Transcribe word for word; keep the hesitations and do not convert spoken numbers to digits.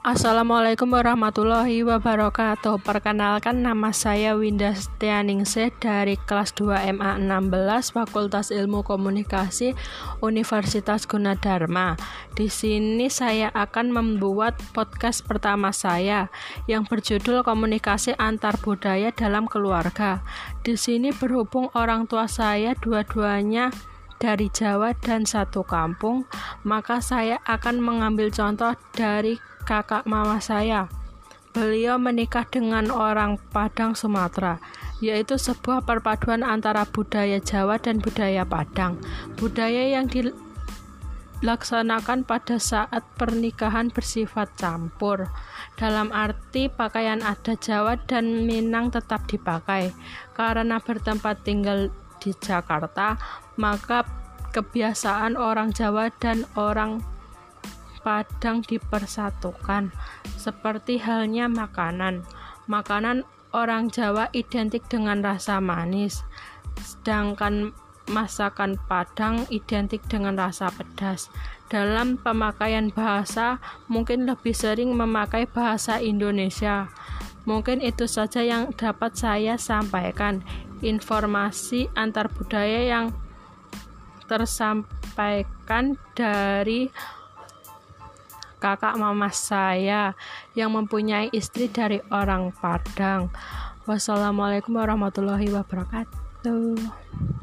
Assalamualaikum warahmatullahi wabarakatuh. Perkenalkan, nama saya Winda Setianingsih dari kelas dua M A enam belas Fakultas Ilmu Komunikasi Universitas Gunadarma. Di sini saya akan membuat podcast pertama saya yang berjudul Komunikasi Antar Budaya dalam Keluarga. Di sini berhubung orang tua saya dua-duanya dari Jawa dan satu kampung, maka saya akan mengambil contoh dari kakak mama saya. Beliau menikah dengan orang Padang, Sumatera, yaitu sebuah perpaduan antara budaya Jawa dan budaya Padang. Budaya yang dilaksanakan pada saat pernikahan bersifat campur, dalam arti pakaian adat Jawa dan Minang tetap dipakai. Karena bertempat tinggal di Jakarta, maka kebiasaan orang Jawa dan orang Padang dipersatukan, seperti halnya makanan. Makanan orang Jawa identik dengan rasa manis, sedangkan masakan Padang identik dengan rasa pedas. Dalam pemakaian bahasa, mungkin lebih sering memakai bahasa Indonesia. Mungkin itu saja yang dapat saya sampaikan. Informasi antar budaya yang tersampaikan dari kakak mama saya yang mempunyai istri dari orang Padang. Wassalamualaikum warahmatullahi wabarakatuh.